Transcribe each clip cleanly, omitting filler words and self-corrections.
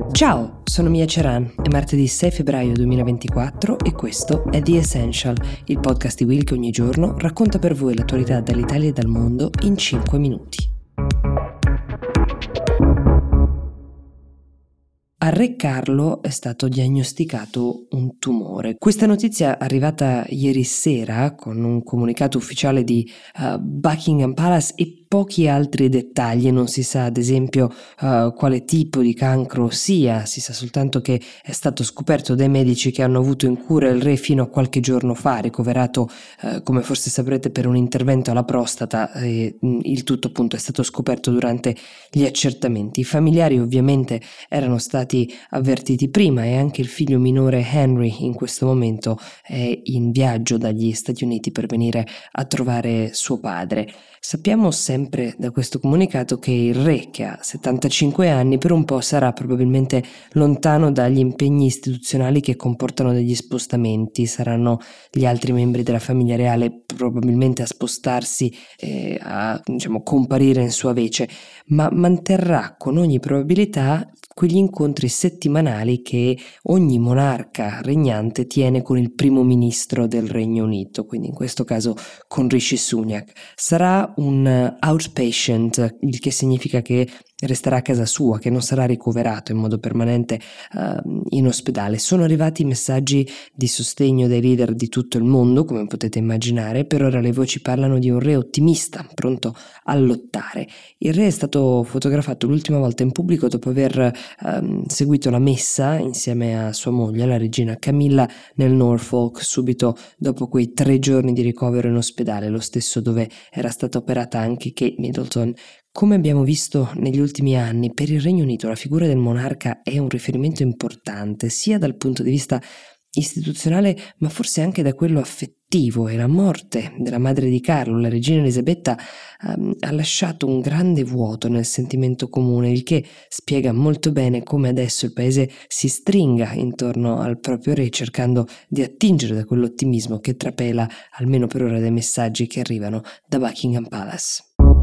Ciao, sono Mia Ceran, è martedì 6 febbraio 2024 e questo è The Essential, il podcast di Will che ogni giorno racconta per voi l'attualità dall'Italia e dal mondo in 5 minuti. A Re Carlo è stato diagnosticato un tumore. Questa notizia è arrivata ieri sera con un comunicato ufficiale di Buckingham Palace e pochi altri dettagli. Non si sa ad esempio quale tipo di cancro sia, si sa soltanto che è stato scoperto dai medici che hanno avuto in cura il re fino a qualche giorno fa, ricoverato come forse saprete per un intervento alla prostata, e il tutto appunto è stato scoperto durante gli accertamenti. I familiari ovviamente erano stati avvertiti prima e anche il figlio minore Henry in questo momento è in viaggio dagli Stati Uniti per venire a trovare suo padre. Sappiamo sempre da questo comunicato che il re, che ha 75 anni, per un po' sarà probabilmente lontano dagli impegni istituzionali che comportano degli spostamenti. Saranno gli altri membri della famiglia reale probabilmente a spostarsi e a comparire in sua vece, ma manterrà con ogni probabilità quegli incontri settimanali che ogni monarca regnante tiene con il primo ministro del Regno Unito, quindi in questo caso con Rishi Sunak. Sarà un outpatient, il che significa che resterà a casa sua, che non sarà ricoverato in modo permanente in ospedale. Sono arrivati messaggi di sostegno dai leader di tutto il mondo, come potete immaginare. Per ora le voci parlano di un re ottimista, pronto a lottare. Il re è stato fotografato l'ultima volta in pubblico dopo aver seguito la messa insieme a sua moglie, la regina Camilla, nel Norfolk, subito dopo quei 3 giorni di ricovero in ospedale, lo stesso dove era stata operata anche Kate Middleton. Come abbiamo visto negli ultimi anni, per il Regno Unito la figura del monarca è un riferimento importante, sia dal punto di vista istituzionale, ma forse anche da quello affettivo, e la morte della madre di Carlo, la regina Elisabetta, ha lasciato un grande vuoto nel sentimento comune, il che spiega molto bene come adesso il paese si stringa intorno al proprio re, cercando di attingere da quell'ottimismo che trapela, almeno per ora, dai messaggi che arrivano da Buckingham Palace.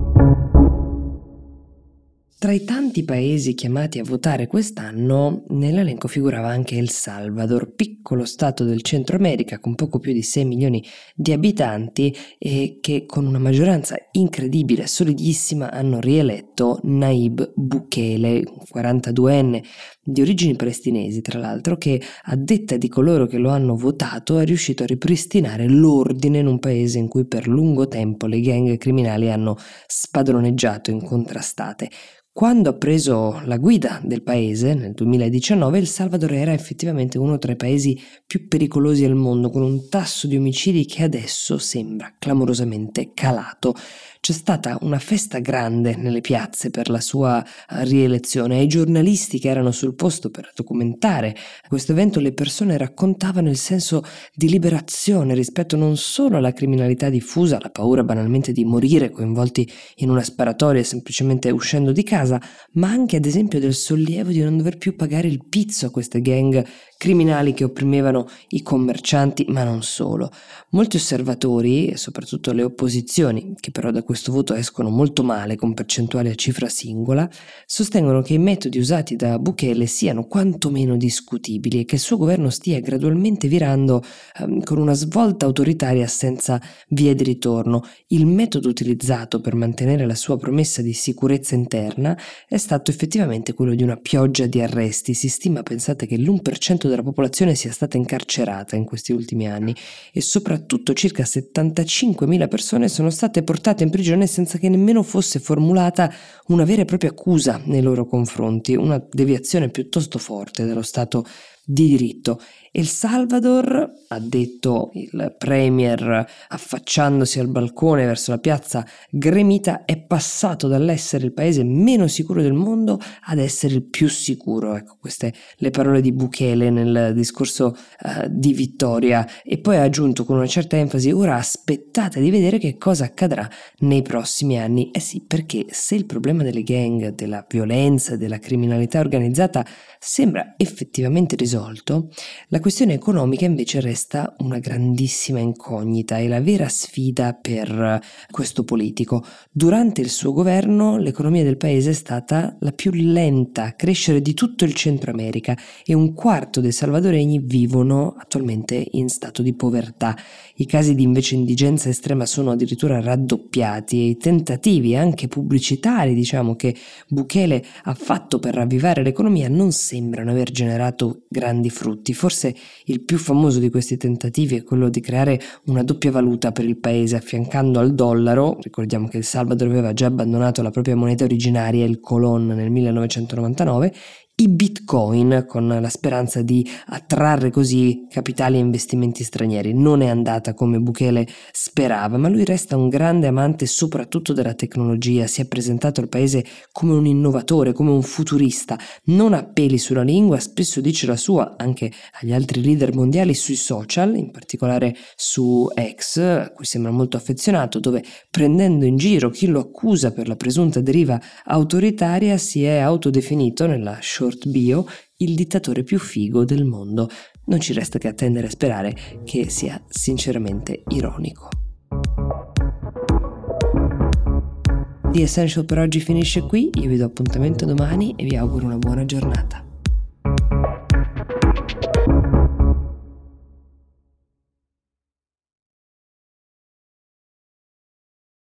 Tra i tanti paesi chiamati a votare quest'anno, nell'elenco figurava anche El Salvador, piccolo stato del Centro America con poco più di 6 milioni di abitanti e che con una maggioranza incredibile, solidissima, hanno rieletto Nayib Bukele, un 42enne di origini palestinesi, tra l'altro, che a detta di coloro che lo hanno votato è riuscito a ripristinare l'ordine in un paese in cui per lungo tempo le gang criminali hanno spadroneggiato incontrastate. Quando ha preso la guida del paese nel 2019, El Salvador era effettivamente uno tra i paesi più pericolosi al mondo, con un tasso di omicidi che adesso sembra clamorosamente calato. C'è stata una festa grande nelle piazze per la sua rielezione. Ai giornalisti che erano sul posto per documentare questo evento, le persone raccontavano il senso di liberazione rispetto non solo alla criminalità diffusa, la paura banalmente di morire coinvolti in una sparatoria semplicemente uscendo di casa, ma anche ad esempio del sollievo di non dover più pagare il pizzo a queste gang criminali che opprimevano i commercianti, ma non solo. Molti osservatori, e soprattutto le opposizioni, che però da questo voto escono molto male con percentuali a cifra singola, sostengono che i metodi usati da Bukele siano quantomeno discutibili e che il suo governo stia gradualmente virando con una svolta autoritaria senza vie di ritorno. Il metodo utilizzato per mantenere la sua promessa di sicurezza interna è stato effettivamente quello di una pioggia di arresti. Si stima, pensate, che l'1% della popolazione sia stata incarcerata in questi ultimi anni e soprattutto circa 75.000 persone sono state portate in prigione senza che nemmeno fosse formulata una vera e propria accusa nei loro confronti, una deviazione piuttosto forte dallo Stato di diritto. El Salvador, ha detto il premier affacciandosi al balcone verso la piazza gremita, è passato dall'essere il paese meno sicuro del mondo ad essere il più sicuro. Ecco, queste le parole di Bukele nel discorso di vittoria, e poi ha aggiunto con una certa enfasi: ora aspettate di vedere che cosa accadrà nei prossimi anni. Eh sì, perché se il problema delle gang, della violenza, della criminalità organizzata sembra effettivamente risolto, la questione economica invece resta una grandissima incognita e la vera sfida per questo politico. Durante il suo governo l'economia del paese è stata la più lenta a crescere di tutto il Centro America e un quarto dei salvadoregni vivono attualmente in stato di povertà. I casi di invece indigenza estrema sono addirittura raddoppiati e i tentativi anche pubblicitari, che Bukele ha fatto per ravvivare l'economia non sembrano aver generato grandi frutti. Forse il più famoso di questi tentativi è quello di creare una doppia valuta per il paese affiancando al dollaro. Ricordiamo che il Salvador aveva già abbandonato la propria moneta originaria, il colón, nel 1999, i bitcoin, con la speranza di attrarre così capitali e investimenti stranieri. Non è andata come Bukele sperava, ma lui resta un grande amante soprattutto della tecnologia. Si è presentato al paese come un innovatore, come un futurista, non ha peli sulla lingua, spesso dice la sua anche agli altri leader mondiali sui social, in particolare su X, a cui sembra molto affezionato, dove, prendendo in giro chi lo accusa per la presunta deriva autoritaria, si è autodefinito nella short bio il dittatore più figo del mondo. Non ci resta che attendere e sperare che sia sinceramente ironico. The Essential per oggi finisce qui, io vi do appuntamento domani e vi auguro una buona giornata.